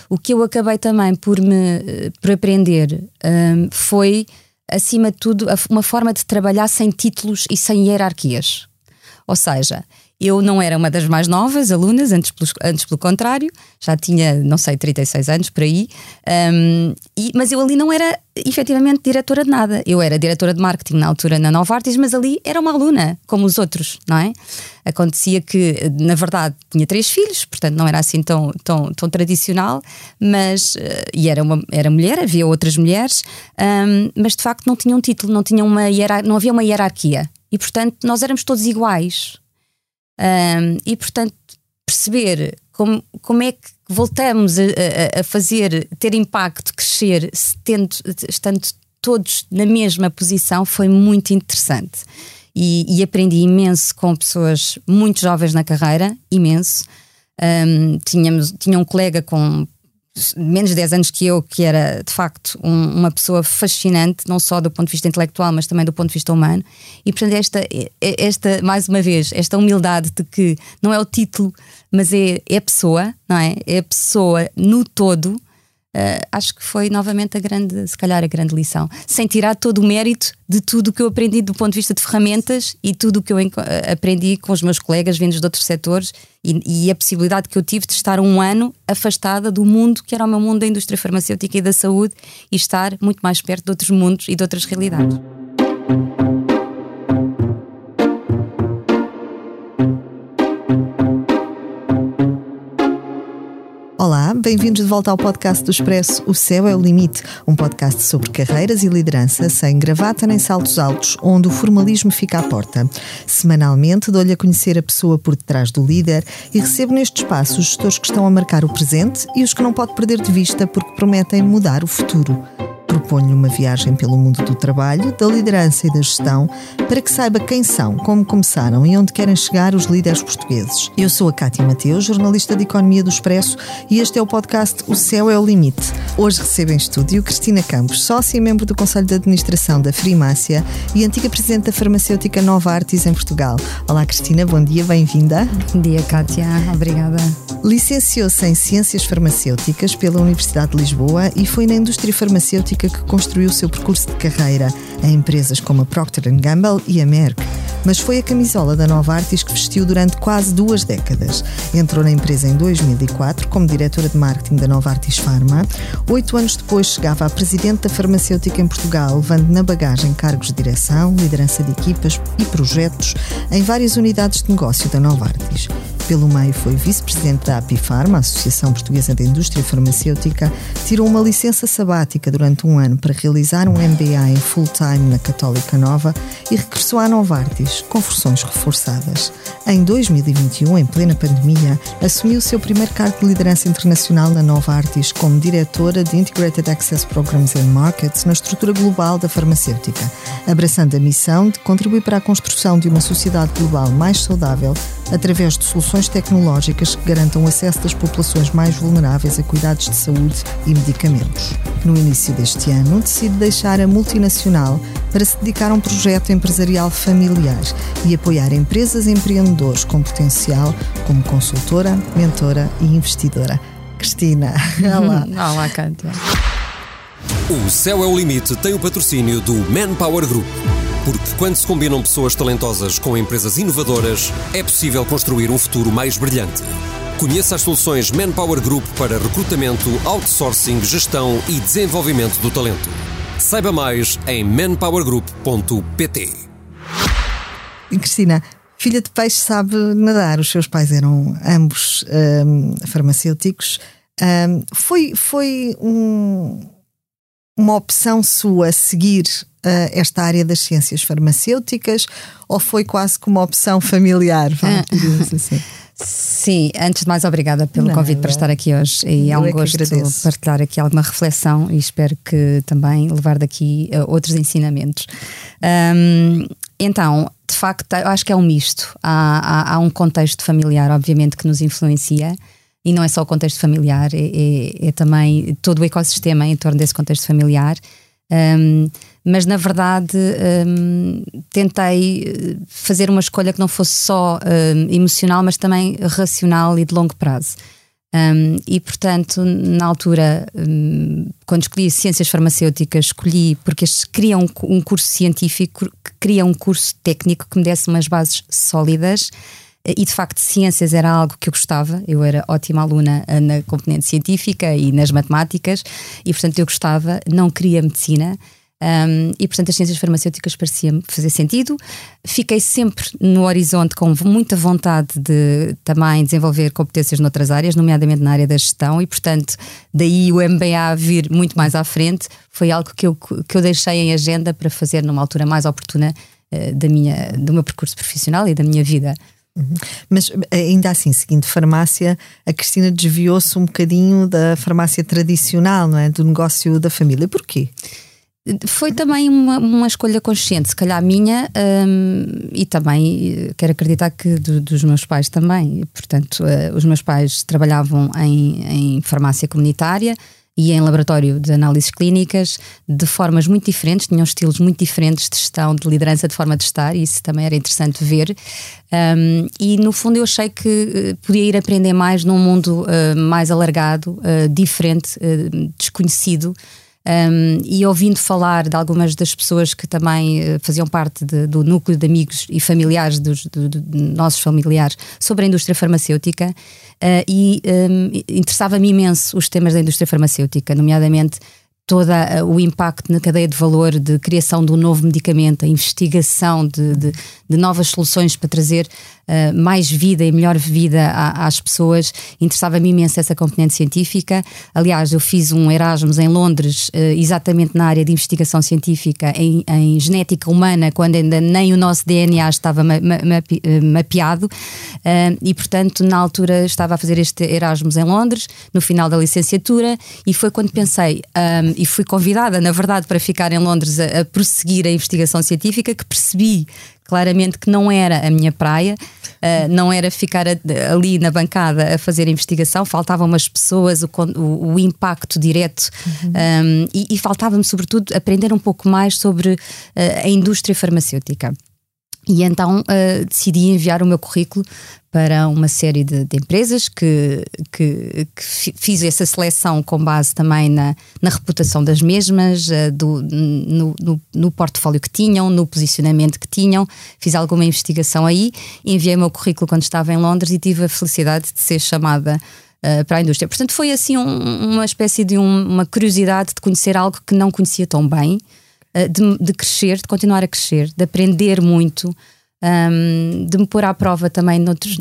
O que eu acabei também por aprender foi, acima de tudo, uma forma de trabalhar sem títulos e sem hierarquias. Ou seja, eu não era uma das mais novas alunas, antes pelo contrário, já tinha, não sei, 36 anos por aí, mas eu ali não era efetivamente diretora de nada. Eu era diretora de marketing na altura na Novartis, mas ali era uma aluna, como os outros, não é? Acontecia que, na verdade, tinha 3 filhos, portanto não era assim tão tradicional, mas, e era mulher, havia outras mulheres, mas de facto não tinha um título, não havia uma hierarquia. E portanto nós éramos todos iguais. E portanto perceber como é que voltamos a ter impacto, crescer, estando todos na mesma posição, foi muito interessante. E aprendi imenso com pessoas muito jovens na carreira, imenso. Tinha um colega com menos de 10 anos que eu, que era de facto uma pessoa fascinante, não só do ponto de vista intelectual, mas também do ponto de vista humano. E portanto esta mais uma vez, esta humildade de que não é o título, mas é a pessoa, não é? É a pessoa no todo. Acho que foi novamente se calhar a grande lição, sem tirar todo o mérito de tudo o que eu aprendi do ponto de vista de ferramentas e tudo o que eu aprendi com os meus colegas vindos de outros setores e a possibilidade que eu tive de estar um ano afastada do mundo que era o meu mundo da indústria farmacêutica e da saúde e estar muito mais perto de outros mundos e de outras realidades. Olá, bem-vindos de volta ao podcast do Expresso O Céu é o Limite, um podcast sobre carreiras e liderança sem gravata nem saltos altos, onde o formalismo fica à porta. Semanalmente dou-lhe a conhecer a pessoa por detrás do líder e recebo neste espaço os gestores que estão a marcar o presente e os que não pode perder de vista porque prometem mudar o futuro. Proponho-lhe uma viagem pelo mundo do trabalho, da liderança e da gestão para que saiba quem são, como começaram e onde querem chegar os líderes portugueses. Eu sou a Cátia Mateus, jornalista de Economia do Expresso, e este é o podcast O Céu é o Limite. Hoje recebo em estúdio Cristina Campos, sócia e membro do Conselho de Administração da Frimácia e antiga presidente da farmacêutica Novartis em Portugal. Olá Cristina, bom dia, bem-vinda. Bom dia Cátia, obrigada. Licenciou-se em Ciências Farmacêuticas pela Universidade de Lisboa e foi na indústria farmacêutica que construiu o seu percurso de carreira em empresas como a Procter & Gamble e a Merck. Mas foi a camisola da Novartis que vestiu durante quase 2 décadas. Entrou na empresa em 2004 como diretora de marketing da Novartis Pharma. 8 anos depois chegava a presidente da farmacêutica em Portugal, levando na bagagem cargos de direção, liderança de equipas e projetos em várias unidades de negócio da Novartis. Pelo meio foi vice-presidente da Apipharma, a Associação Portuguesa da Indústria Farmacêutica, tirou uma licença sabática durante 1 ano para realizar um MBA em full-time na Católica Nova e regressou à Novartis, com funções reforçadas. Em 2021, em plena pandemia, assumiu o seu primeiro cargo de liderança internacional na Novartis como diretora de Integrated Access Programs and Markets na estrutura global da farmacêutica, abraçando a missão de contribuir para a construção de uma sociedade global mais saudável através de soluções tecnológicas que garantam o acesso das populações mais vulneráveis a cuidados de saúde e medicamentos. No início deste ano, decide deixar a multinacional para se dedicar a um projeto empresarial familiar e apoiar empresas e empreendedores com potencial como consultora, mentora e investidora. Cristina, olá. Olá, Cátia. O Céu é o Limite tem o patrocínio do Manpower Group. Porque quando se combinam pessoas talentosas com empresas inovadoras, é possível construir um futuro mais brilhante. Conheça as soluções Manpower Group para recrutamento, outsourcing, gestão e desenvolvimento do talento. Saiba mais em manpowergroup.pt. Cristina, filha de peixe sabe nadar. Os seus pais eram ambos farmacêuticos. Foi uma opção sua seguir esta área das ciências farmacêuticas ou foi quase como uma opção familiar? Assim? Sim, antes de mais obrigada pelo convite para estar aqui hoje e é um gosto partilhar aqui alguma reflexão e espero que também levar daqui outros ensinamentos. Então, de facto, eu acho que é um misto. Há um contexto familiar, obviamente, que nos influencia. E não é só o contexto familiar, é também todo o ecossistema em torno desse contexto familiar. Mas na verdade tentei fazer uma escolha que não fosse só emocional, mas também racional e de longo prazo. E portanto, na altura, quando escolhi Ciências Farmacêuticas, escolhi porque queria um curso científico, queria um curso técnico que me desse umas bases sólidas. E de facto ciências era algo que eu gostava. Eu era ótima aluna na componente científica e nas matemáticas, e portanto eu gostava, não queria medicina. E portanto as ciências farmacêuticas parecia-me fazer sentido. Fiquei sempre no horizonte com muita vontade de também desenvolver competências noutras áreas, nomeadamente na área da gestão, e portanto daí o MBA vir muito mais à frente. Foi algo que eu deixei em agenda para fazer numa altura mais oportuna do meu percurso profissional e da minha vida. Mas ainda assim, seguindo farmácia, a Cristina desviou-se um bocadinho da farmácia tradicional, não é? Do negócio da família. Porquê? Foi também uma escolha consciente, se calhar minha, e também quero acreditar que dos meus pais também. Portanto, os meus pais trabalhavam em farmácia comunitária e em laboratório de análises clínicas de formas muito diferentes, tinham estilos muito diferentes de gestão, de liderança, de forma de estar, e isso também era interessante ver. E no fundo eu achei que podia ir aprender mais num mundo mais alargado, diferente, desconhecido. E ouvindo falar de algumas das pessoas que também faziam parte do núcleo de amigos e familiares de nossos familiares sobre a indústria farmacêutica, interessava-me imenso os temas da indústria farmacêutica, nomeadamente todo o impacto na cadeia de valor de criação de um novo medicamento, a investigação de novas soluções para trazer mais vida e melhor vida às pessoas. Interessava-me imenso essa componente científica. Aliás, eu fiz um Erasmus em Londres, exatamente na área de investigação científica em genética humana, quando ainda nem o nosso DNA estava mapeado, e portanto na altura estava a fazer este Erasmus em Londres, no final da licenciatura, e foi quando pensei, e fui convidada na verdade para ficar em Londres a prosseguir a investigação científica, que percebi claramente que não era a minha praia, não era ficar ali na bancada a fazer a investigação, faltavam umas pessoas, o impacto direto, e faltava-me sobretudo aprender um pouco mais sobre a indústria farmacêutica. E então decidi enviar o meu currículo para uma série de empresas que fiz essa seleção com base também na reputação das mesmas, no portfólio que tinham, no posicionamento que tinham. Fiz alguma investigação aí, enviei o meu currículo quando estava em Londres e tive a felicidade de ser chamada para a indústria. Portanto foi assim uma espécie de uma curiosidade de conhecer algo que não conhecia tão bem, de crescer, de continuar a crescer, de aprender muito, de me pôr à prova também noutros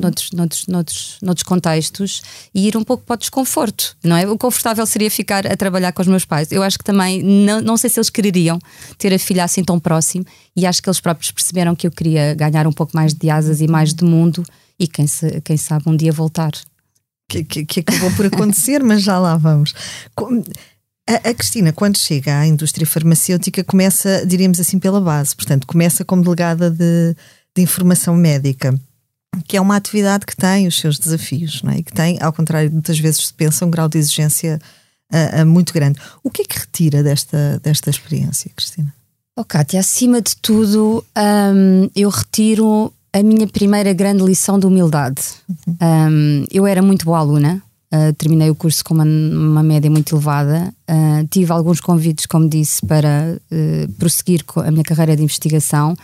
contextos e ir um pouco para o desconforto, não é? O confortável seria ficar a trabalhar com os meus pais. Eu acho que também, não sei se eles quereriam ter a filha assim tão próximo, e acho que eles próprios perceberam que eu queria ganhar um pouco mais de asas e mais de mundo, e quem sabe um dia voltar. Que acabou por acontecer, mas já lá vamos. A Cristina, quando chega à indústria farmacêutica, começa, diríamos assim, pela base. Portanto, começa como delegada de informação médica, que é uma atividade que tem os seus desafios, não é? E que tem, ao contrário de muitas vezes se pensa, um grau de exigência muito grande. O que é que retira desta experiência, Cristina? Kátia, acima de tudo, eu retiro a minha primeira grande lição de humildade. Eu era muito boa aluna. Terminei o curso com uma média muito elevada, tive alguns convites, como disse, para prosseguir com a minha carreira de investigação,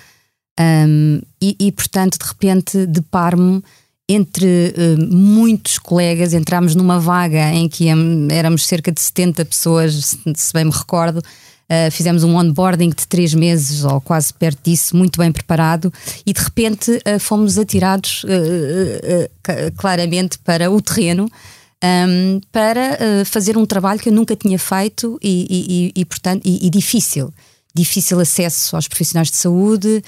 e portanto de repente deparo-me entre muitos colegas. Entramos numa vaga em que éramos cerca de 70 pessoas, se bem me recordo. Fizemos um onboarding de 3 meses ou quase perto disso, muito bem preparado, e de repente fomos atirados claramente para o terreno, para fazer um trabalho que eu nunca tinha feito e portanto, difícil acesso aos profissionais de saúde,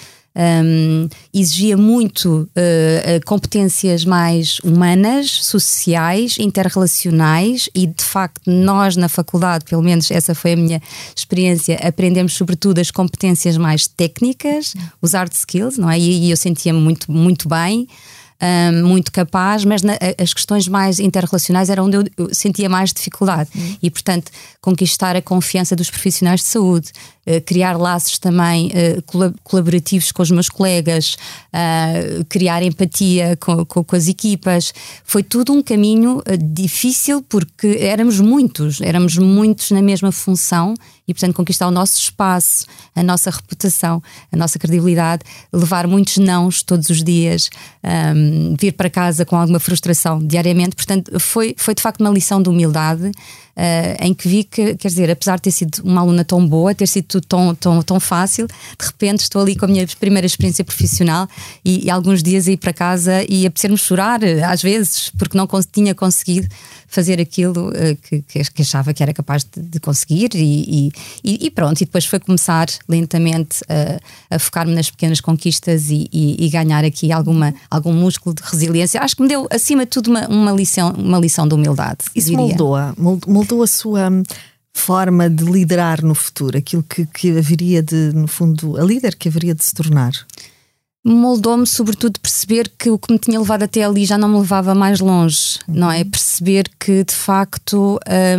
exigia muito competências mais humanas, sociais, interrelacionais, e de facto nós na faculdade, pelo menos essa foi a minha experiência, aprendemos sobretudo as competências mais técnicas, os hard skills, não é? E eu sentia-me muito, muito bem. muito capaz, mas as questões mais interrelacionais era onde eu sentia mais dificuldade. E, portanto, conquistar a confiança dos profissionais de saúde, criar laços também colaborativos com os meus colegas, criar empatia com as equipas. Foi tudo um caminho difícil, porque éramos muitos na mesma função, e, portanto, conquistar o nosso espaço, a nossa reputação, a nossa credibilidade, levar muitos nãos todos os dias, vir para casa com alguma frustração diariamente. Portanto, foi de facto uma lição de humildade, em que vi que, quer dizer, apesar de ter sido uma aluna tão boa, ter sido tudo tão fácil, de repente estou ali com a minha primeira experiência profissional e alguns dias a ir para casa e apetecer-me chorar, às vezes, porque não tinha conseguido fazer aquilo que achava que era capaz de conseguir, e pronto. E depois foi começar lentamente a focar-me nas pequenas conquistas e ganhar aqui algum músculo de resiliência. Acho que me deu, acima de tudo, uma lição de humildade. Isso moldou a sua forma de liderar no futuro, aquilo que haveria de, no fundo, a líder que haveria de se tornar? Moldou-me sobretudo perceber que o que me tinha levado até ali já não me levava mais longe, não é? Perceber que de facto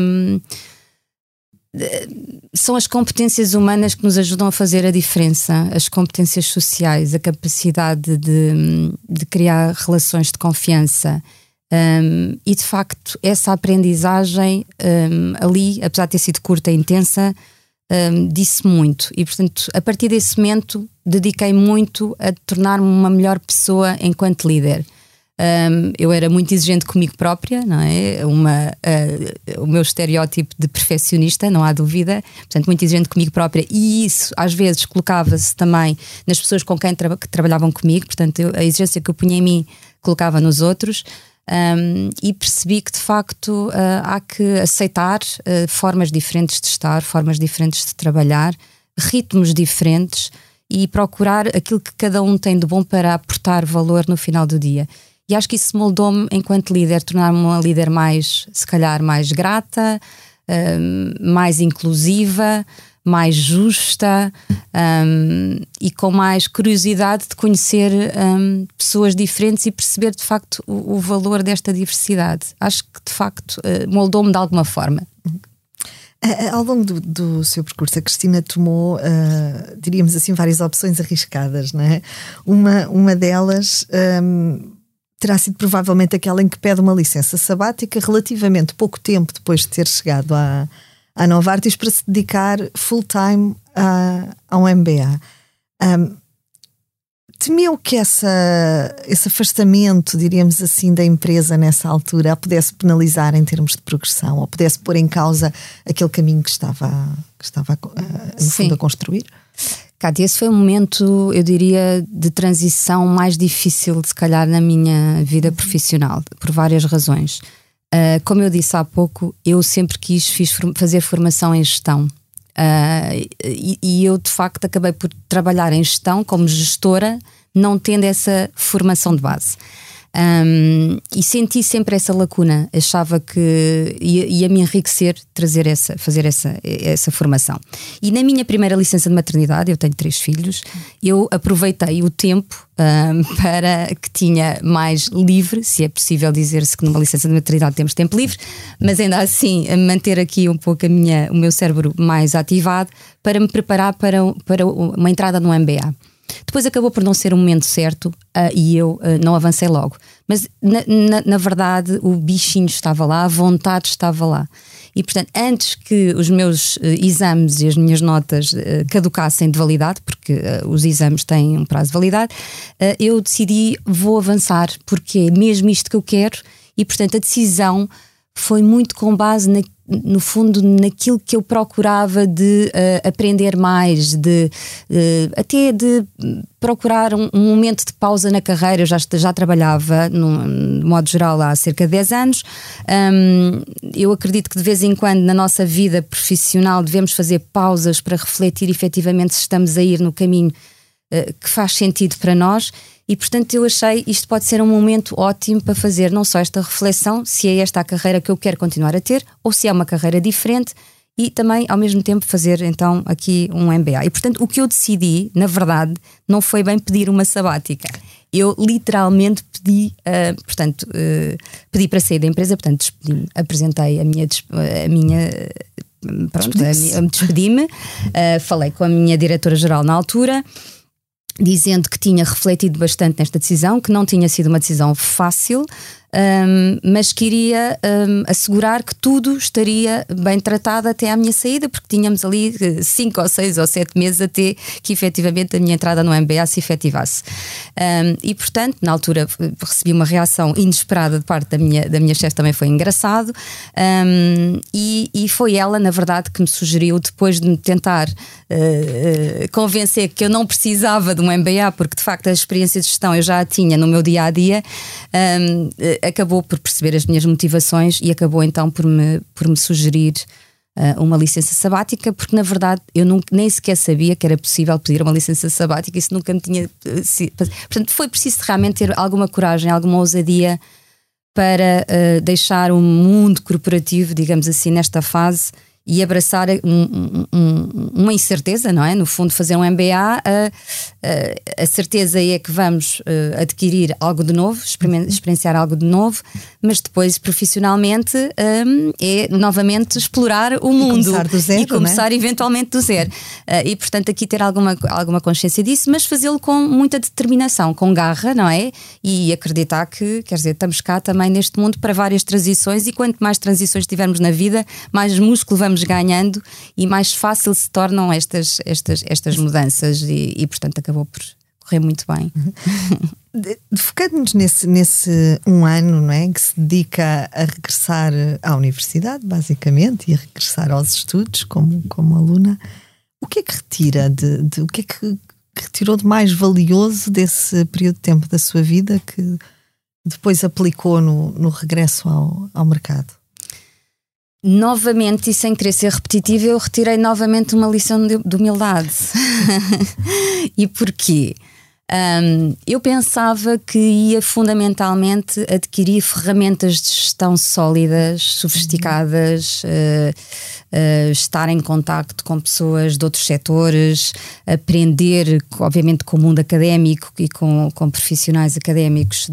são as competências humanas que nos ajudam a fazer a diferença, as competências sociais, a capacidade de criar relações de confiança. E de facto essa aprendizagem ali, apesar de ter sido curta e intensa, disse muito, e portanto a partir desse momento dediquei muito a tornar-me uma melhor pessoa enquanto líder. Eu era muito exigente comigo própria, não é? O meu estereótipo de perfeccionista, não há dúvida, portanto muito exigente comigo própria, e isso às vezes colocava-se também nas pessoas com quem que trabalhavam comigo, portanto a exigência que eu punha em mim colocava nos outros. E percebi que de facto há que aceitar formas diferentes de estar, formas diferentes de trabalhar, ritmos diferentes, e procurar aquilo que cada um tem de bom para aportar valor no final do dia. E acho que isso moldou-me enquanto líder, tornar-me uma líder mais, se calhar, mais grata, mais inclusiva, mais justa, e com mais curiosidade de conhecer pessoas diferentes e perceber de facto o valor desta diversidade. Acho que de facto moldou-me de alguma forma. Ao longo do seu percurso, a Cristina tomou, diríamos assim, várias opções arriscadas, não é? Uma delas terá sido provavelmente aquela em que pede uma licença sabática relativamente pouco tempo depois de ter chegado à Novartis para se dedicar full-time a um MBA. Temeu que esse afastamento, diríamos assim, da empresa nessa altura a pudesse penalizar em termos de progressão, ou pudesse pôr em causa aquele caminho que estava no fundo a construir? Cátia, esse foi um momento, eu diria, de transição mais difícil, se calhar, na minha vida profissional, por várias razões. Como eu disse há pouco, eu sempre quis fazer formação em gestão. E eu de facto acabei por trabalhar em gestão como gestora, não tendo essa formação de base, e senti sempre essa lacuna. Achava que ia me enriquecer fazer essa formação. E na minha primeira licença de maternidade, eu tenho 3 filhos, eu aproveitei o tempo para que tinha mais livre, se é possível dizer-se que numa licença de maternidade temos tempo livre, mas ainda assim manter aqui um pouco o meu cérebro mais ativado para me preparar para uma entrada no MBA. Depois acabou por não ser o momento certo, e eu não avancei logo. Mas na verdade o bichinho estava lá, a vontade estava lá. E portanto, antes que os meus exames e as minhas notas caducassem de validade, porque os exames têm um prazo de validade, eu decidi, vou avançar, porque é mesmo isto que eu quero. E portanto a decisão foi muito com base no fundo naquilo que eu procurava de aprender mais, até de procurar um momento de pausa na carreira. Eu já trabalhava de modo geral há cerca de 10 anos. Eu acredito que de vez em quando na nossa vida profissional devemos fazer pausas para refletir efetivamente se estamos a ir no caminho que faz sentido para nós. E portanto eu achei isto pode ser um momento ótimo para fazer não só esta reflexão, se é esta a carreira que eu quero continuar a ter ou se é uma carreira diferente, e também ao mesmo tempo fazer então aqui um MBA. E portanto o que eu decidi, na verdade, não foi bem pedir uma sabática. eu literalmente pedi, pedi para sair da empresa, portanto despedi-me, apresentei despedi-me, falei com a minha diretora-geral na altura, dizendo que tinha refletido bastante nesta decisão, que não tinha sido uma decisão fácil, mas queria assegurar que tudo estaria bem tratado até à minha saída, porque tínhamos ali 5 ou 6 ou 7 meses até que efetivamente a minha entrada no MBA se efetivasse. E portanto, na altura recebi uma reação inesperada de parte da minha chefe, também foi engraçado, e foi ela, na verdade, que me sugeriu, depois de me tentar convencer que eu não precisava de um MBA, porque de facto a experiência de gestão eu já a tinha no meu dia-a-dia, acabou por perceber as minhas motivações e acabou então por me sugerir uma licença sabática, porque na verdade eu nem sequer sabia que era possível pedir uma licença sabática, isso nunca me tinha portanto foi preciso realmente ter alguma coragem, alguma ousadia para deixar o mundo corporativo, digamos assim, nesta fase, e abraçar uma incerteza, não é? No fundo, fazer um MBA, a certeza é que vamos adquirir algo de novo, experienciar algo de novo, mas depois, profissionalmente, é novamente explorar o mundo. Começar do zero, e começar eventualmente do zero. E, portanto, aqui ter alguma consciência disso, mas fazê-lo com muita determinação, com garra, não é? E acreditar que, quer dizer, estamos cá também neste mundo para várias transições, e quanto mais transições tivermos na vida, mais músculo vamos ganhando e mais fácil se tornam estas mudanças, e portanto acabou por correr muito bem. Focando-nos nesse um ano, não é, que se dedica a regressar à universidade, basicamente, e a regressar aos estudos como aluna, o que é que retira o que é que retirou de mais valioso desse período de tempo da sua vida que depois aplicou no regresso ao mercado? Novamente, e sem querer ser repetitiva, eu retirei novamente uma lição de humildade. E porquê? Eu pensava que ia fundamentalmente adquirir ferramentas de gestão sólidas, sofisticadas, estar em contacto com pessoas de outros setores, aprender, obviamente, com o mundo académico e com profissionais académicos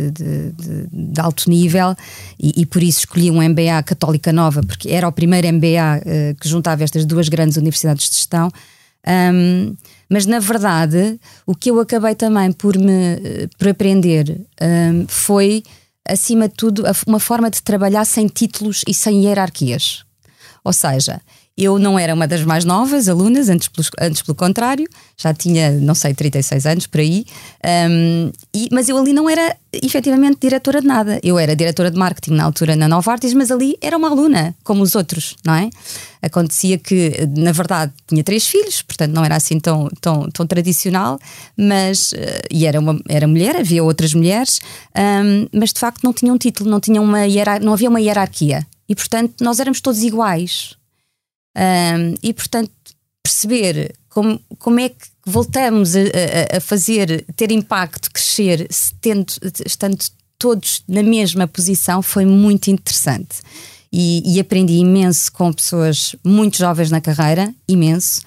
de alto nível, e por isso escolhi um MBA Católica Nova, porque era o primeiro MBA que juntava estas duas grandes universidades de gestão. Mas na verdade o que eu acabei também por aprender foi, acima de tudo, uma forma de trabalhar sem títulos e sem hierarquias. Ou seja, eu não era uma das mais novas alunas, antes pelo contrário, já tinha, não sei, 36 anos por aí, mas eu ali não era efetivamente diretora de nada. Eu era diretora de marketing na altura na Novartis, mas ali era uma aluna, como os outros, não é? Acontecia que, na verdade, tinha 3 filhos, portanto não era assim tão tradicional, mas, e era mulher, havia outras mulheres, mas de facto não tinha um título, não havia uma hierarquia, e portanto nós éramos todos iguais. E portanto perceber como é que voltamos a ter impacto, crescer, estando todos na mesma posição, foi muito interessante, e aprendi imenso com pessoas muito jovens na carreira, imenso.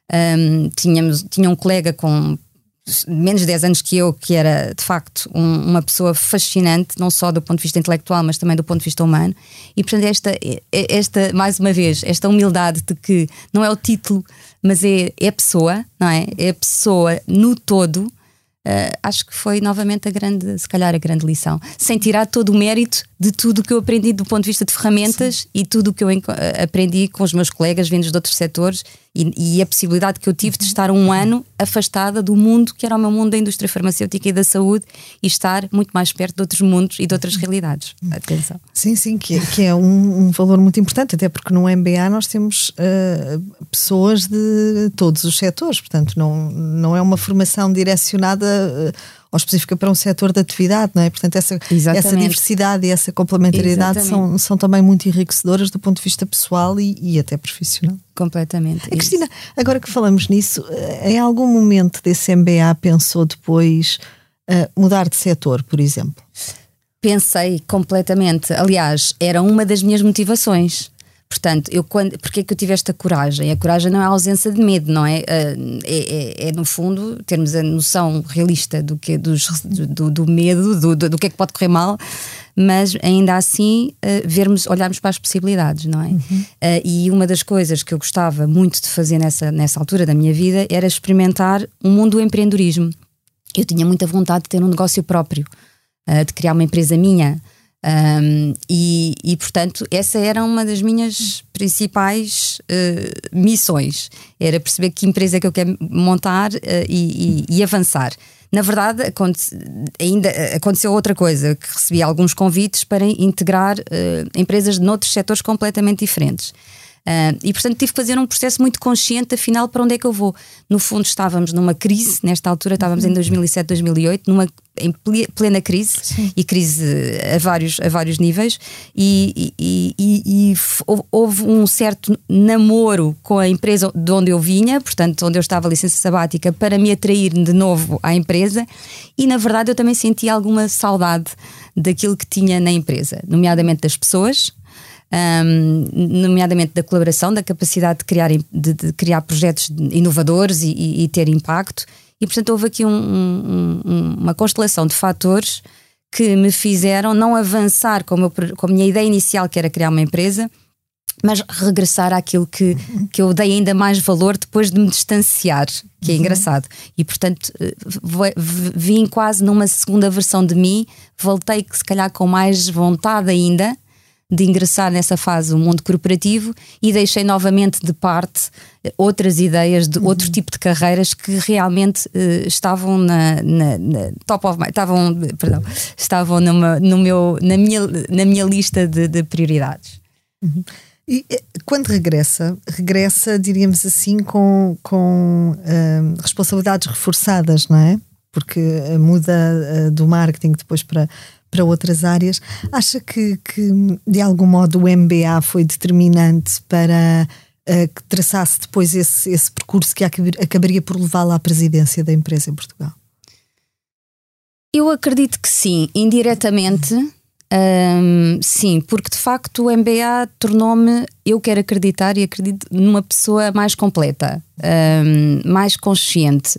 Tinha um colega com menos de 10 anos que eu, que era de facto uma pessoa fascinante, não só do ponto de vista intelectual, mas também do ponto de vista humano. E portanto esta mais uma vez, esta humildade de que não é o título, mas é a pessoa, não é? É a pessoa no todo. Acho que foi novamente se calhar a grande lição, sem tirar todo o mérito de tudo o que eu aprendi do ponto de vista de ferramentas. Sim. E tudo o que eu aprendi com os meus colegas vindos de outros setores, e a possibilidade que eu tive de estar um ano afastada do mundo que era o meu mundo da indústria farmacêutica e da saúde, e estar muito mais perto de outros mundos e de outras realidades. Atenção. Sim, que é um valor muito importante, até porque no MBA nós temos pessoas de todos os setores, portanto não é uma formação direcionada ou específica para um setor de atividade, não é? Portanto essa diversidade e essa complementariedade são também muito enriquecedoras do ponto de vista pessoal e até profissional. Completamente. Cristina, agora que falamos nisso, em algum momento desse MBA pensou depois mudar de setor, por exemplo? Pensei completamente. Aliás, era uma das minhas motivações, Portanto, porque é que eu tive esta coragem? A coragem não é a ausência de medo, não é? É no fundo, termos a noção realista do medo, do que é que pode correr mal, mas ainda assim olharmos para as possibilidades, não é? E uma das coisas que eu gostava muito de fazer nessa altura da minha vida era experimentar o mundo do empreendedorismo. Eu tinha muita vontade de ter um negócio próprio, de criar uma empresa minha. Portanto, essa era uma das minhas principais missões, era perceber que empresa é que eu quero montar e avançar. Na verdade, ainda aconteceu outra coisa, que recebi alguns convites para integrar empresas de noutros setores completamente diferentes. E portanto tive que fazer um processo muito consciente, afinal, para onde é que eu vou. No fundo estávamos numa crise, nesta altura estávamos em 2007, 2008, em plena crise. Sim. E crise a vários níveis, e houve um certo namoro com a empresa de onde eu vinha, portanto onde eu estava a licença sabática, para me atrair de novo à empresa, e na verdade eu também senti alguma saudade daquilo que tinha na empresa, nomeadamente das pessoas, nomeadamente da colaboração, da capacidade de criar projetos inovadores e ter impacto. E portanto houve aqui uma constelação de fatores que me fizeram não avançar com a minha ideia inicial, que era criar uma empresa, mas regressar àquilo que eu dei ainda mais valor depois de me distanciar, que é engraçado. E portanto vim quase numa segunda versão de mim, voltei se calhar com mais vontade ainda de ingressar nessa fase do mundo corporativo, e deixei novamente de parte outras ideias de outro tipo de carreiras que realmente estavam na top of mind, estavam na minha lista de prioridades. E quando regressa, diríamos assim, com responsabilidades reforçadas, não é? Porque muda do marketing depois para outras áreas. Acha que de algum modo o MBA foi determinante para que traçasse depois esse percurso que acabaria por levá-la à presidência da empresa em Portugal? Eu acredito que sim, indiretamente. Sim, porque de facto o MBA tornou-me, eu quero acreditar e acredito, numa pessoa mais completa, mais consciente,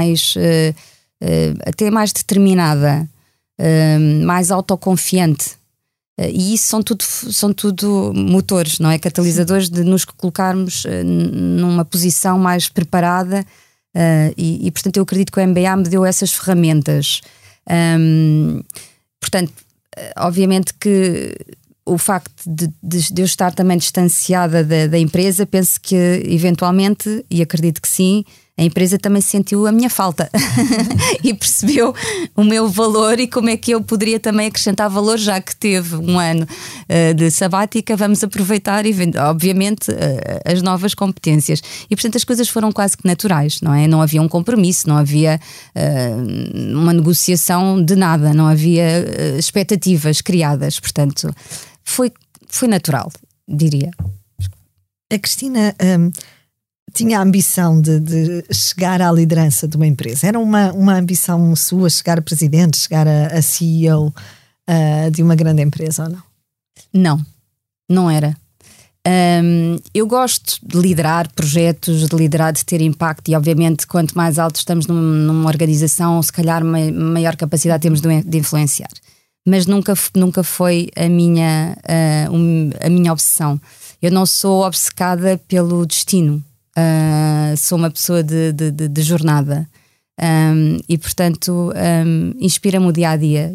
até mais determinada, mais autoconfiante, e isso são tudo motores, não é? Catalisadores de nos colocarmos numa posição mais preparada, e portanto eu acredito que o MBA me deu essas ferramentas. Portanto, obviamente que o facto de eu estar também distanciada da empresa, penso que eventualmente, e acredito que sim, a empresa também sentiu a minha falta e percebeu o meu valor e como é que eu poderia também acrescentar valor, já que teve um ano de sabática. Vamos aproveitar, obviamente, as novas competências. E portanto as coisas foram quase que naturais, não é? Não havia um compromisso, não havia uma negociação de nada, não havia expectativas criadas. Portanto, foi natural, diria. A Cristina tinha a ambição de chegar à liderança de uma empresa. Era uma ambição sua chegar a presidente, chegar a CEO de uma grande empresa, ou não? Não era. Eu gosto de liderar projetos, de ter impacto, e obviamente quanto mais alto estamos numa organização, se calhar maior capacidade temos de influenciar. Mas nunca foi a minha obsessão. Eu não sou obcecada pelo destino. Sou uma pessoa de jornada, e portanto inspira-me o dia-a-dia,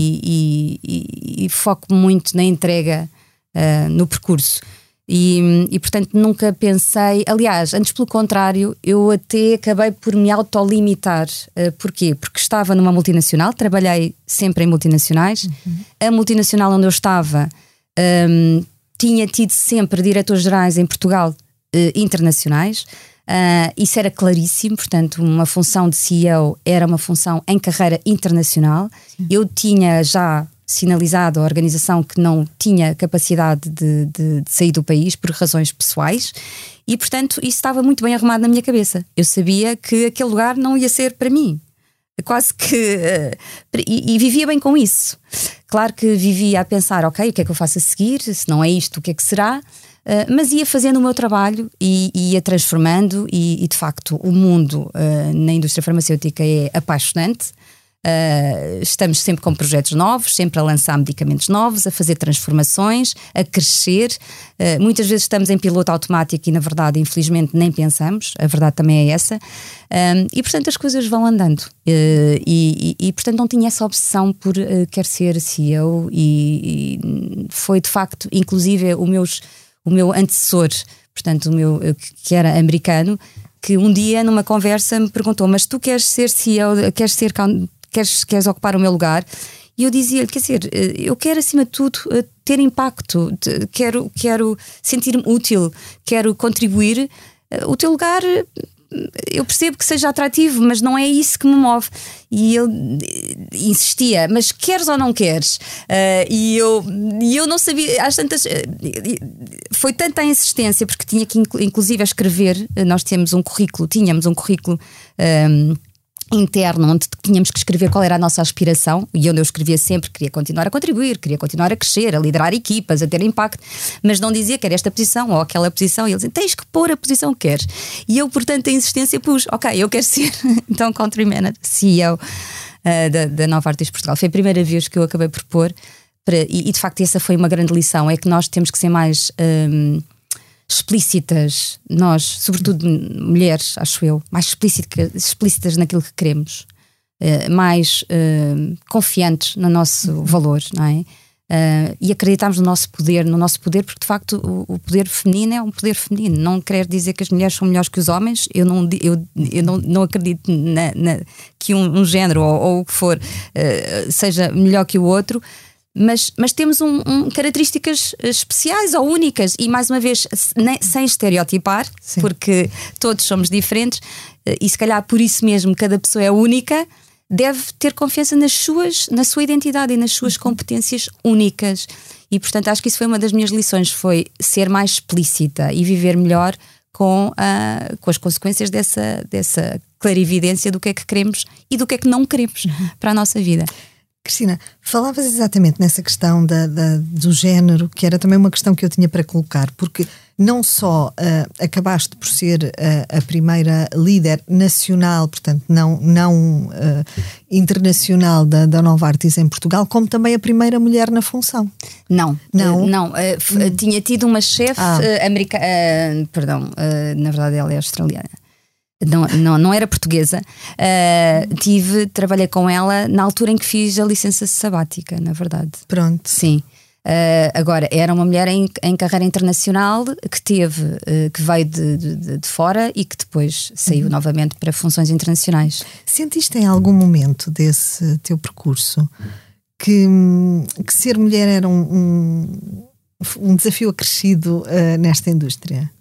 e foco muito na entrega, no percurso, e portanto nunca pensei, aliás, antes pelo contrário, eu até acabei por me autolimitar. Porquê? Porque estava numa multinacional, trabalhei sempre em multinacionais. A multinacional onde eu estava tinha tido sempre diretores-gerais em Portugal internacionais, isso era claríssimo. Portanto, uma função de CEO era uma função em carreira internacional. Sim. Eu tinha já sinalizado à organização que não tinha capacidade de sair do país por razões pessoais, e portanto isso estava muito bem arrumado na minha cabeça. Eu sabia que aquele lugar não ia ser para mim, quase que e vivia bem com isso. Claro que vivia a pensar, ok, o que é que eu faço a seguir? Se não é isto, o que é que será? mas ia fazendo o meu trabalho e ia transformando, e de facto o mundo na indústria farmacêutica é apaixonante. Estamos sempre com projetos novos, sempre a lançar medicamentos novos, a fazer transformações, a crescer. Muitas vezes estamos em piloto automático e, na verdade, infelizmente, nem pensamos. A verdade também é essa. E, portanto, as coisas vão andando. Portanto, não tinha essa obsessão por quer ser CEO, e foi, de facto, inclusive o meu antecessor, portanto, que era americano, que um dia, numa conversa, me perguntou: mas tu queres ser CEO, queres ocupar o meu lugar? E eu dizia-lhe, quer dizer, eu quero acima de tudo ter impacto, quero sentir-me útil, quero contribuir. O teu lugar, eu percebo que seja atrativo, mas não é isso que me move. E ele insistia: mas queres ou não queres? E eu não sabia, às tantas, foi tanta a insistência, porque tinha que inclusive a escrever. Nós tínhamos um currículo interno, onde tínhamos que escrever qual era a nossa aspiração, e onde eu escrevia sempre: queria continuar a contribuir, queria continuar a crescer, a liderar equipas, a ter impacto, mas não dizia que era esta posição ou aquela posição. E eles diziam: tens que pôr a posição que queres. E eu, portanto, a insistência pus: ok, eu quero ser então Country Manager, CEO da Novartis Portugal. Foi a primeira vez que eu acabei por pôr, e de facto essa foi uma grande lição, é que nós temos que ser mais explícitas, nós, sobretudo mulheres, acho eu, mais explícitas naquilo que queremos, mais confiantes no nosso valor, não é? E acreditarmos no nosso poder, porque de facto o poder feminino é um poder feminino. Não quer dizer que as mulheres são melhores que os homens. Eu não acredito que um género ou o que for seja melhor que o outro. Mas temos características especiais ou únicas, e mais uma vez sem estereotipar. Sim. Porque todos somos diferentes, e se calhar por isso mesmo cada pessoa é única. Deve ter confiança na sua identidade e nas suas competências únicas. E portanto acho que isso foi uma das minhas lições, foi ser mais explícita e viver melhor com as consequências dessa clarividência do que é que queremos e do que é que não queremos para a nossa vida. Cristina, falavas exatamente nessa questão do género, que era também uma questão que eu tinha para colocar, porque não só acabaste por ser a primeira líder nacional, portanto não internacional da Novartis em Portugal, como também a primeira mulher na função. Não. Tinha tido uma chefe americana, na verdade ela é australiana. Não era portuguesa. Trabalhei com ela na altura em que fiz a licença sabática, na verdade. Pronto. Sim. Agora, era uma mulher em carreira internacional que veio de fora e que depois saiu novamente para funções internacionais. Sentiste em algum momento desse teu percurso que ser mulher era um desafio acrescido nesta indústria?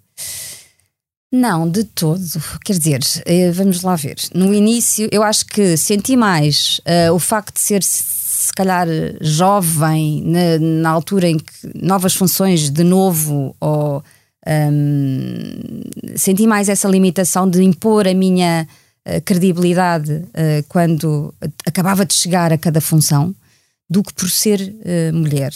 Não, de todo. Quer dizer, vamos lá ver. No início, eu acho que senti mais o facto de ser, se calhar, jovem, na altura em que novas funções de novo, ou senti mais essa limitação de impor a minha credibilidade quando acabava de chegar a cada função, do que por ser mulher.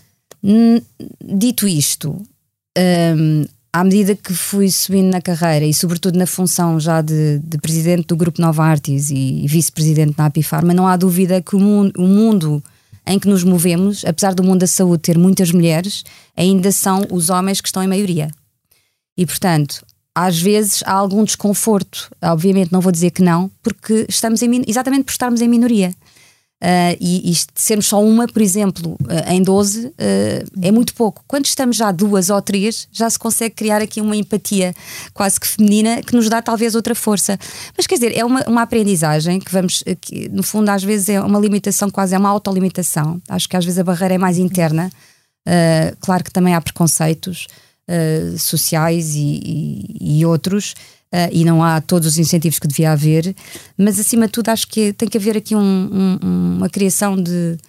Dito isto, à medida que fui subindo na carreira e sobretudo na função já de presidente do Grupo Novartis e vice-presidente na Apifarma, não há dúvida que o mundo em que nos movemos, apesar do mundo da saúde ter muitas mulheres, ainda são os homens que estão em maioria. E portanto, às vezes há algum desconforto. Obviamente não vou dizer que não, porque exatamente por estarmos em minoria. E sermos só uma, por exemplo, em 12 é muito pouco. Quando estamos já 2 ou 3, já se consegue criar aqui uma empatia quase que feminina que nos dá talvez outra força. Mas quer dizer, é uma aprendizagem que no fundo às vezes é uma limitação, quase é uma autolimitação. Acho que às vezes a barreira é mais interna. Claro que também há preconceitos sociais e outros, e não há todos os incentivos que devia haver, mas acima de tudo acho que tem que haver aqui uma criação de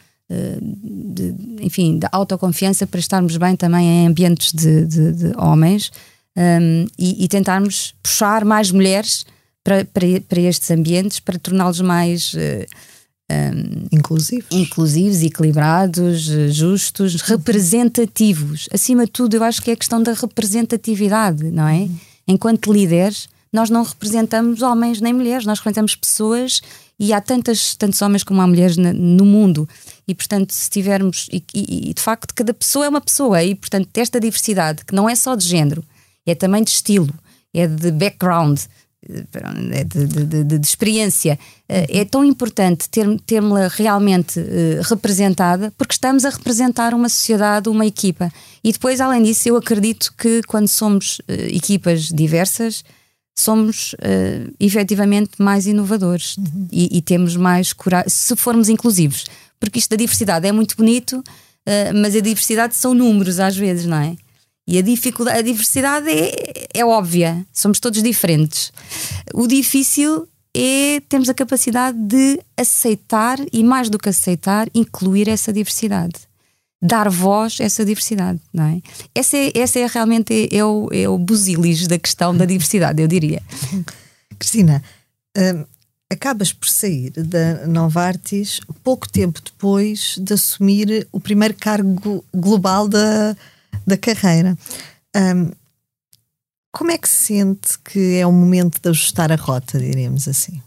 autoconfiança para estarmos bem também em ambientes de homens, e tentarmos puxar mais mulheres para estes ambientes, para torná-los mais inclusivos, equilibrados, justos, representativos. Acima de tudo, eu acho que é a questão da representatividade, não é? Enquanto líderes, nós não representamos homens nem mulheres, nós representamos pessoas, e há tantos homens como há mulheres no mundo, e portanto se tivermos, e de facto cada pessoa é uma pessoa, e portanto esta diversidade, que não é só de género, é também de estilo, é de background, é de experiência, é tão importante termos-la realmente representada, porque estamos a representar uma sociedade, uma equipa. E depois, além disso, eu acredito que quando somos equipas diversas, somos efetivamente mais inovadores, e temos mais coragem, se formos inclusivos, porque isto da diversidade é muito bonito, mas a diversidade são números às vezes, não é? E a diversidade é óbvia, somos todos diferentes. O difícil é termos a capacidade de aceitar, e mais do que aceitar, incluir essa diversidade, dar voz a essa diversidade, não é? Essa é realmente o busilis da questão da diversidade, eu diria. Cristina, acabas por sair da Novartis pouco tempo depois de assumir o primeiro cargo global da carreira. Como é que se sente que é o momento de ajustar a rota, diremos assim?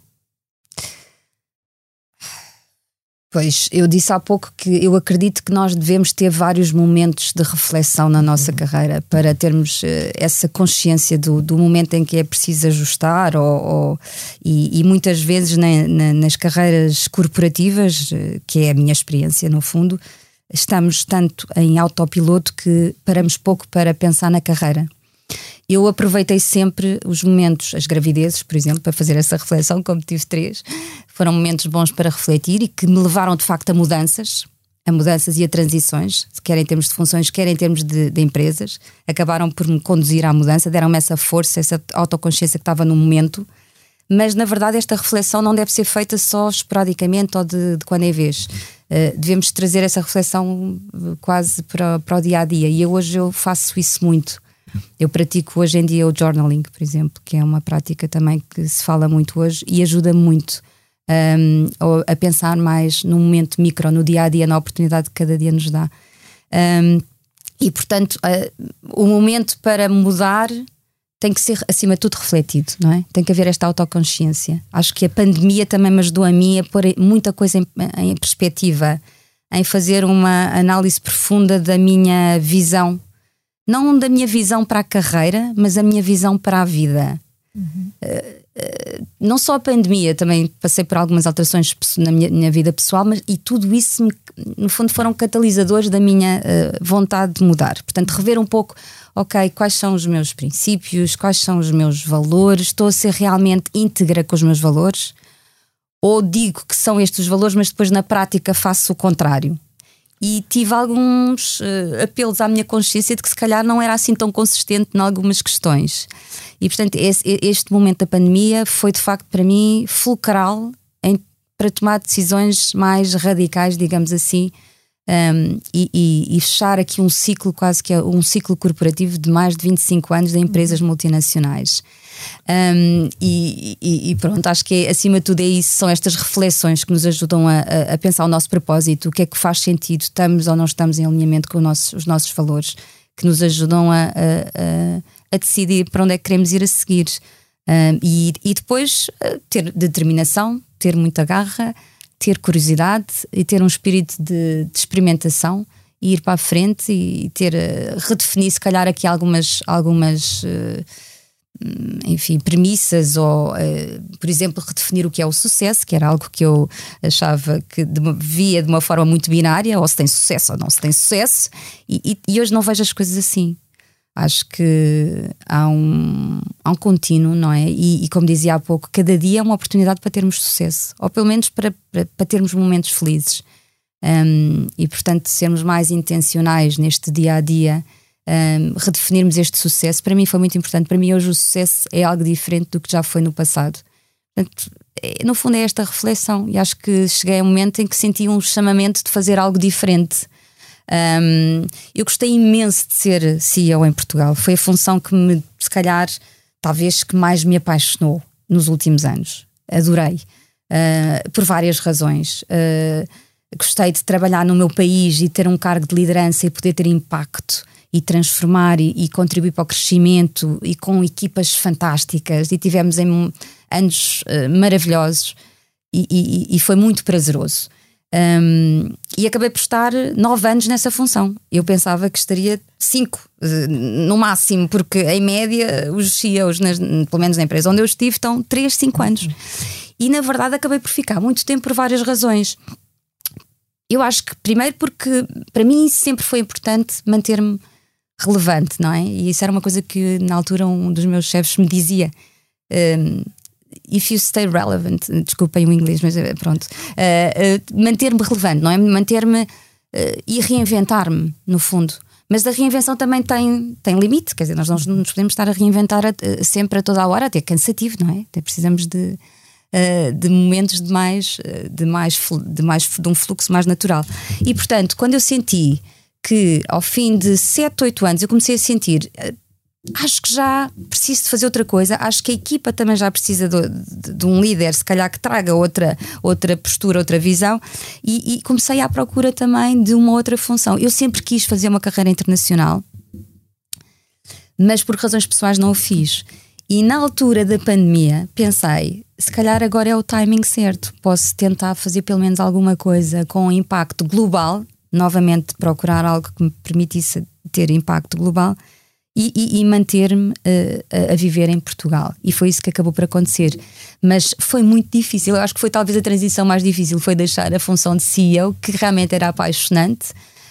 Pois, eu disse há pouco que eu acredito que nós devemos ter vários momentos de reflexão na nossa carreira para termos essa consciência do momento em que é preciso ajustar, e muitas vezes nas carreiras corporativas, que é a minha experiência no fundo, estamos tanto em autopiloto que paramos pouco para pensar na carreira. Eu aproveitei sempre os momentos, as gravidezes, por exemplo, para fazer essa reflexão, como tive 3, foram momentos bons para refletir e que me levaram de facto a mudanças e a transições, quer em termos de funções, quer em termos de empresas, acabaram por me conduzir à mudança, deram-me essa força, essa autoconsciência que estava no momento. Mas na verdade esta reflexão não deve ser feita só esporadicamente ou de quando é vez. Devemos trazer essa reflexão quase para o dia a dia, e hoje eu faço isso muito. Eu pratico hoje em dia o journaling, por exemplo, que é uma prática também que se fala muito hoje e ajuda muito a pensar mais no momento micro, no dia a dia, na oportunidade que cada dia nos dá. E portanto o momento para mudar tem que ser acima de tudo refletido, não é? Tem que haver esta autoconsciência. Acho que a pandemia também me ajudou a mim a pôr muita coisa em perspectiva, em fazer uma análise profunda da minha visão, não da minha visão para a carreira, mas a minha visão para a vida. Não só a pandemia, também passei por algumas alterações na minha vida pessoal, mas e tudo isso no fundo foram catalisadores da minha vontade de mudar. Portanto, rever um pouco, ok, quais são os meus princípios, quais são os meus valores, estou a ser realmente íntegra com os meus valores, ou digo que são estes os valores, mas depois na prática faço o contrário. E tive alguns apelos à minha consciência de que se calhar não era assim tão consistente em algumas questões. E portanto este momento da pandemia foi de facto para mim fulcral para tomar decisões mais radicais, digamos assim, e fechar aqui um ciclo, quase que é um ciclo corporativo de mais de 25 anos de empresas multinacionais. E pronto, acho que acima de tudo é isso, são estas reflexões que nos ajudam a pensar o nosso propósito, o que é que faz sentido, estamos ou não estamos em alinhamento com os nossos valores, que nos ajudam a decidir para onde é que queremos ir a seguir, e depois ter determinação, ter muita garra, ter curiosidade e ter um espírito de experimentação e ir para a frente e redefinir se calhar aqui algumas enfim, premissas, ou por exemplo redefinir o que é o sucesso, que era algo que eu achava que via de uma forma muito binária, ou se tem sucesso ou não se tem sucesso, e hoje não vejo as coisas assim. Acho que há um contínuo, não é? E como dizia há pouco, cada dia é uma oportunidade para termos sucesso, ou pelo menos para termos momentos felizes, e portanto sermos mais intencionais neste dia a dia, redefinirmos este sucesso. Para mim foi muito importante. Para mim hoje o sucesso é algo diferente do que já foi no passado. Portanto, no fundo é esta reflexão, e acho que cheguei a um momento em que senti um chamamento de fazer algo diferente. Eu gostei imenso de ser CEO em Portugal. Foi a função que se calhar, talvez, que mais me apaixonou nos últimos anos. Adorei. por várias razões. Gostei de trabalhar no meu país e ter um cargo de liderança e poder ter impacto e transformar e contribuir para o crescimento, e com equipas fantásticas, e tivemos anos maravilhosos e foi muito prazeroso. E acabei por estar 9 anos nessa função. Eu pensava que estaria 5 no máximo, porque em média os CEOs, pelo menos na empresa onde eu estive, estão 3, 5 anos. E na verdade acabei por ficar muito tempo por várias razões. Eu acho que primeiro porque para mim sempre foi importante manter-me relevante, não é? E isso era uma coisa que na altura um dos meus chefes me dizia: if you stay relevant, desculpem o inglês, mas pronto, manter-me relevante, não é? Manter-me e reinventar-me, no fundo. Mas a reinvenção também tem limite, quer dizer, nós não nos podemos estar a reinventar sempre a toda a hora, até cansativo, não é? Até precisamos de momentos de um fluxo mais natural. E portanto, quando eu senti que ao fim de 7, 8 anos eu comecei a sentir, acho que já preciso de fazer outra coisa, acho que a equipa também já precisa de um líder, se calhar que traga outra postura, outra visão, e comecei à procura também de uma outra função. Eu sempre quis fazer uma carreira internacional, mas por razões pessoais não o fiz. E na altura da pandemia pensei, se calhar agora é o timing certo, posso tentar fazer pelo menos alguma coisa com impacto global, novamente procurar algo que me permitisse ter impacto global e manter-me a viver em Portugal. E foi isso que acabou por acontecer. Mas foi muito difícil, eu acho que foi talvez a transição mais difícil, foi deixar a função de CEO, que realmente era apaixonante,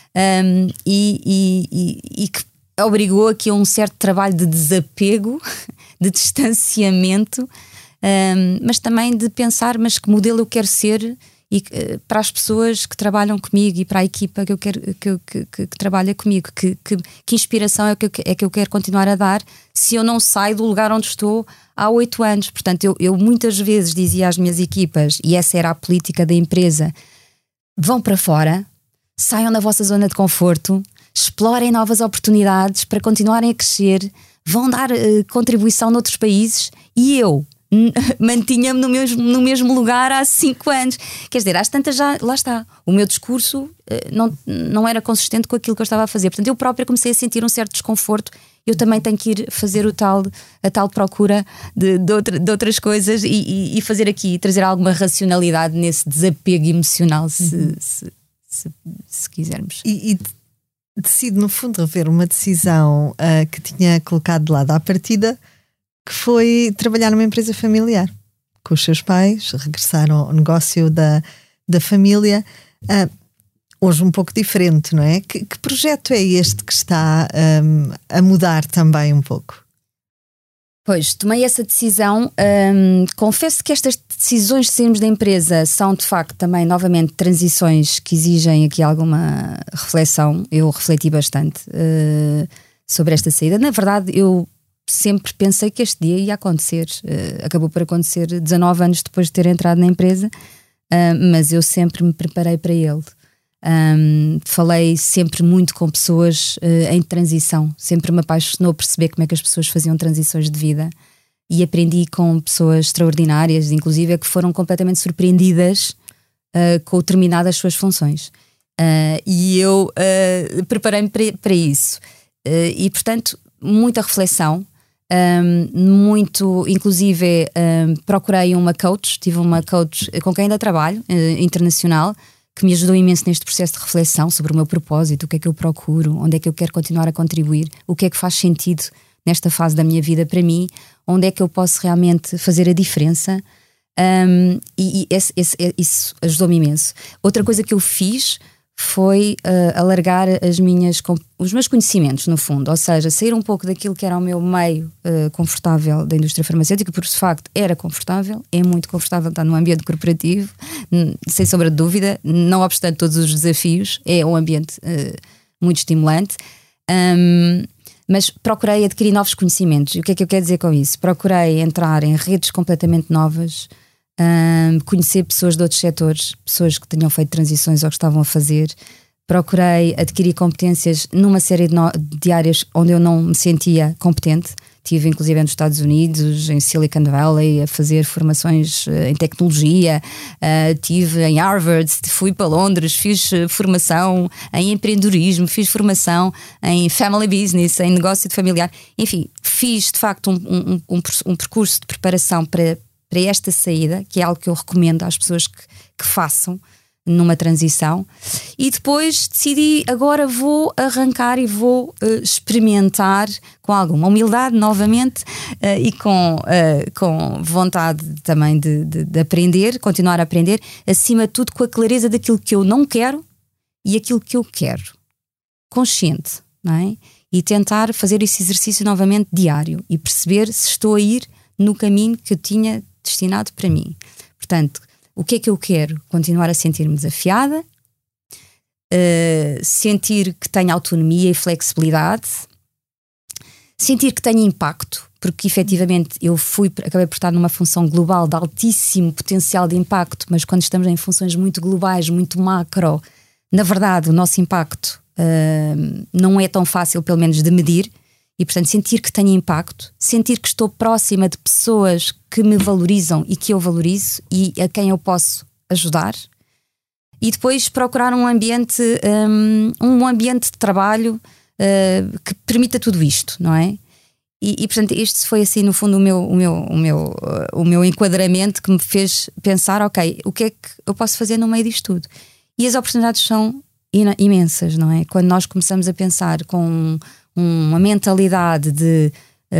e que obrigou aqui a um certo trabalho de desapego, de distanciamento, mas também de pensar, mas que modelo eu quero ser, e para as pessoas que trabalham comigo e para a equipa que eu quero que trabalha comigo, que inspiração é que eu quero continuar a dar se eu não saio do lugar onde estou há 8 anos. Portanto, eu muitas vezes dizia às minhas equipas, e essa era a política da empresa: vão para fora, saiam da vossa zona de conforto, explorem novas oportunidades para continuarem a crescer, vão dar contribuição noutros países, e eu mantinha-me no mesmo lugar há 5 anos. Quer dizer, às tantas já, lá está, o meu discurso não era consistente com aquilo que eu estava a fazer. Portanto, eu própria comecei a sentir um certo desconforto. Eu também tenho que ir fazer a tal procura de outras coisas e fazer aqui, trazer alguma racionalidade nesse desapego emocional, se quisermos. E decide, no fundo, rever uma decisão que tinha colocado de lado à partida, que foi trabalhar numa empresa familiar com os seus pais, regressaram ao negócio da família, hoje um pouco diferente, não é? Que projeto é este que está a mudar também um pouco? Pois, tomei essa decisão. Confesso que estas decisões de sairmos da empresa são de facto também novamente transições que exigem aqui alguma reflexão. Eu refleti bastante sobre esta saída. Na verdade, eu sempre pensei que este dia ia acontecer. Acabou por acontecer 19 anos depois de ter entrado na empresa, mas eu sempre me preparei para ele. Falei sempre muito com pessoas em transição. Sempre me apaixonou perceber como é que as pessoas faziam transições de vida, e aprendi com pessoas extraordinárias, inclusive que foram completamente surpreendidas com o terminar das suas funções. E eu preparei-me para isso. E portanto, muita reflexão. Inclusive procurei uma coach, tive uma coach com quem ainda trabalho, internacional, que me ajudou imenso neste processo de reflexão sobre o meu propósito, o que é que eu procuro, onde é que eu quero continuar a contribuir, o que é que faz sentido nesta fase da minha vida para mim, onde é que eu posso realmente fazer a diferença, e isso ajudou-me imenso. Outra coisa que eu fiz foi alargar os meus conhecimentos, no fundo, ou seja, sair um pouco daquilo que era o meu meio confortável da indústria farmacêutica, porque de facto era confortável, é muito confortável estar num ambiente corporativo, sem sombra de dúvida, não obstante todos os desafios, é um ambiente muito estimulante, mas procurei adquirir novos conhecimentos. E o que é que eu quero dizer com isso? Procurei entrar em redes completamente novas, conhecer pessoas de outros setores, pessoas que tinham feito transições ou que estavam a fazer. Procurei adquirir competências numa série de áreas onde eu não me sentia competente. Estive inclusive nos Estados Unidos, em Silicon Valley, a fazer formações em tecnologia. Estive em Harvard, fui para Londres, fiz formação em empreendedorismo, fiz formação em family business, em negócio familiar. Enfim, fiz de facto um percurso de preparação para esta saída, que é algo que eu recomendo às pessoas que façam numa transição, e depois decidi, agora vou arrancar e vou experimentar com alguma humildade novamente, e com vontade também de aprender, continuar a aprender, acima de tudo com a clareza daquilo que eu não quero e aquilo que eu quero, consciente, não é? E tentar fazer esse exercício novamente diário e perceber se estou a ir no caminho que eu tinha destinado para mim. Portanto, o que é que eu quero? Continuar a sentir-me desafiada, sentir que tenho autonomia e flexibilidade, sentir que tenho impacto, porque efetivamente eu acabei por estar numa função global de altíssimo potencial de impacto, mas quando estamos em funções muito globais, muito macro, na verdade o nosso impacto não é tão fácil, pelo menos, de medir. E, portanto, sentir que tenho impacto, sentir que estou próxima de pessoas que me valorizam e que eu valorizo e a quem eu posso ajudar. E depois procurar um ambiente de trabalho que permita tudo isto, não é? E portanto, este foi assim, no fundo, o meu enquadramento que me fez pensar, ok, o que é que eu posso fazer no meio disto tudo? E as oportunidades são imensas, não é? Quando nós começamos a pensar com uma mentalidade de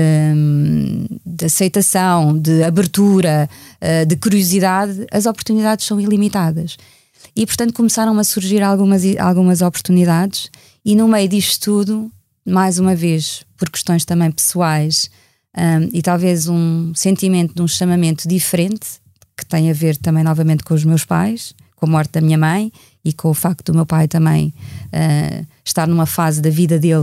aceitação, de abertura, de curiosidade, as oportunidades são ilimitadas. E portanto começaram a surgir algumas oportunidades, e no meio disto tudo, mais uma vez, por questões também pessoais, e talvez um sentimento de um chamamento diferente, que tem a ver também novamente com os meus pais, com a morte da minha mãe e com o facto do meu pai também estar numa fase da vida dele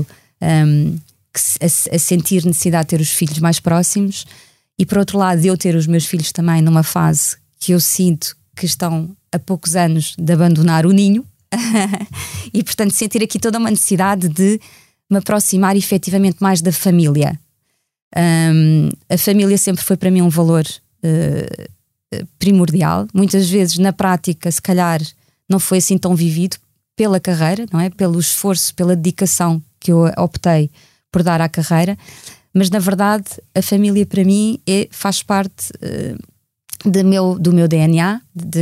a sentir necessidade de ter os filhos mais próximos, e por outro lado eu ter os meus filhos também numa fase que eu sinto que estão a poucos anos de abandonar o ninho e portanto sentir aqui toda uma necessidade de me aproximar efetivamente mais da família. A família sempre foi para mim um valor primordial. Muitas vezes na prática se calhar não foi assim tão vivido pela carreira, não é? Pelo esforço, pela dedicação que eu optei por dar à carreira, mas na verdade a família para mim faz parte do meu DNA,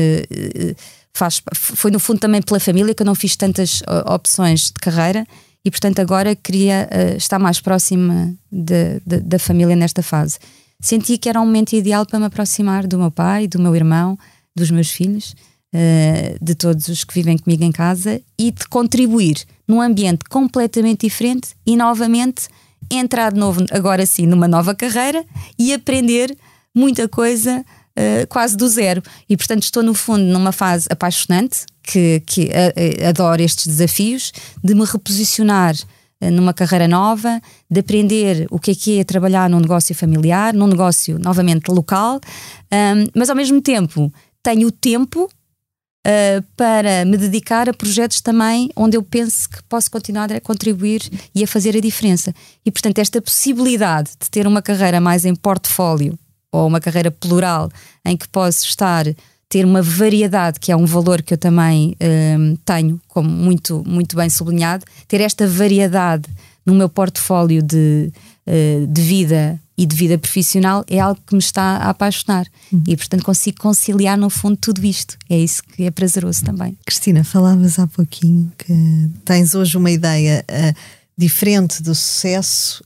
foi no fundo também pela família que eu não fiz tantas opções de carreira, e portanto agora queria estar mais próxima da família nesta fase. Senti que era um momento ideal para me aproximar do meu pai, do meu irmão, dos meus filhos, de todos os que vivem comigo em casa, e de contribuir num ambiente completamente diferente e novamente entrar de novo, agora sim, numa nova carreira e aprender muita coisa quase do zero. E portanto estou no fundo numa fase apaixonante, que adoro estes desafios de me reposicionar numa carreira nova, de aprender o que é trabalhar num negócio familiar, num negócio novamente local, mas ao mesmo tempo tenho o tempo para me dedicar a projetos também onde eu penso que posso continuar a contribuir e a fazer a diferença. E portanto esta possibilidade de ter uma carreira mais em portfólio, ou uma carreira plural, em que posso ter uma variedade, que é um valor que eu também tenho, como muito, muito bem sublinhado, ter esta variedade no meu portfólio de vida e de vida profissional é algo que me está a apaixonar. E portanto consigo conciliar no fundo tudo isto. É isso que é prazeroso também. Cristina, falavas há pouquinho que tens hoje uma ideia diferente do sucesso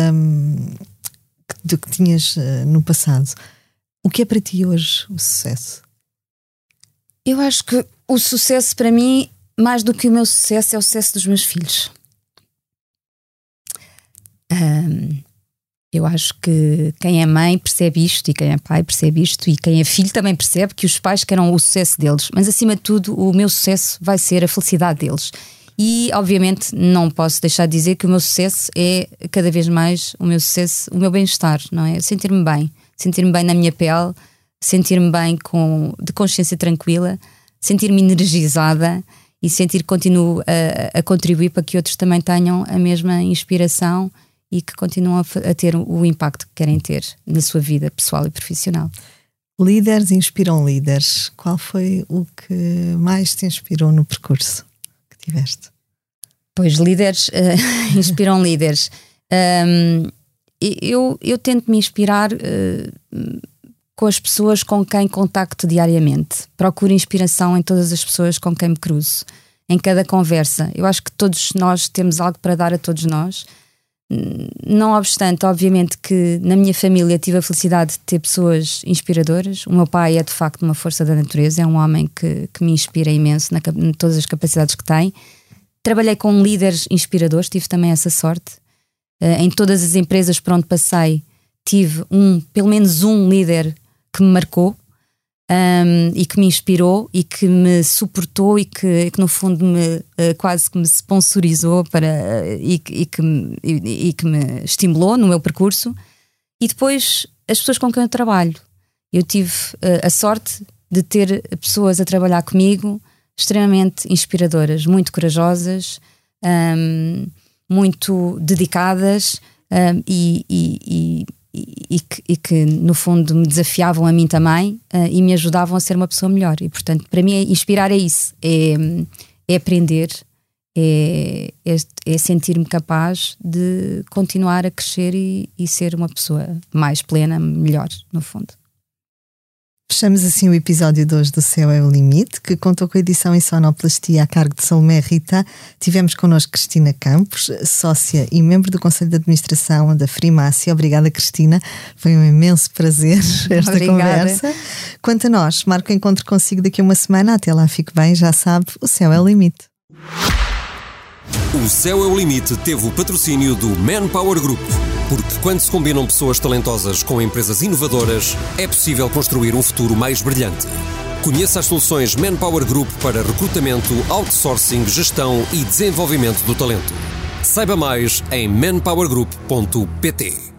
do que tinhas no passado. O que é para ti hoje o sucesso? Eu acho que o sucesso para mim, mais do que o meu sucesso, é o sucesso dos meus filhos. Eu acho que quem é mãe percebe isto, e quem é pai percebe isto, e quem é filho também percebe que os pais querem o sucesso deles, mas acima de tudo o meu sucesso vai ser a felicidade deles. E obviamente não posso deixar de dizer que o meu sucesso é cada vez mais o meu bem-estar, não é? Sentir-me bem na minha pele, sentir-me bem de consciência tranquila, sentir-me energizada e sentir que continuo a contribuir para que outros também tenham a mesma inspiração e que continuam a ter o impacto que querem ter na sua vida pessoal e profissional. Líderes inspiram líderes. Qual foi o que mais te inspirou no percurso que tiveste? Pois, líderes inspiram líderes. Eu tento me inspirar com as pessoas com quem contacto diariamente. Procuro inspiração em todas as pessoas com quem me cruzo, em cada conversa. Eu acho que todos nós temos algo para dar a todos nós. Não obstante, obviamente que na minha família tive a felicidade de ter pessoas inspiradoras. O meu pai é de facto uma força da natureza, é um homem que me inspira imenso em todas as capacidades que tem. Trabalhei com líderes inspiradores, tive também essa sorte. Em todas as empresas por onde passei, tive pelo menos um líder que me marcou e que me inspirou e que me suportou e que no fundo quase que me sponsorizou e que me estimulou no meu percurso. E depois as pessoas com quem eu trabalho. Eu tive a sorte de ter pessoas a trabalhar comigo extremamente inspiradoras, muito corajosas, muito dedicadas e que no fundo me desafiavam a mim também e me ajudavam a ser uma pessoa melhor. E portanto, para mim, inspirar é isso, é aprender, é sentir-me capaz de continuar a crescer e ser uma pessoa mais plena, melhor, no fundo. Fechamos assim o episódio de hoje do Céu é o Limite, que contou com a edição em sonoplastia a cargo de Salomé Rita. Tivemos connosco Cristina Campos, sócia e membro do Conselho de Administração da Frimácia. Obrigada, Cristina. Foi um imenso prazer esta conversa. Quanto a nós, marco o encontro consigo daqui a uma semana. Até lá, fique bem, já sabe, o Céu é o Limite. O Céu é o Limite teve o patrocínio do Manpower Group. Porque quando se combinam pessoas talentosas com empresas inovadoras, é possível construir um futuro mais brilhante. Conheça as soluções Manpower Group para recrutamento, outsourcing, gestão e desenvolvimento do talento. Saiba mais em manpowergroup.pt.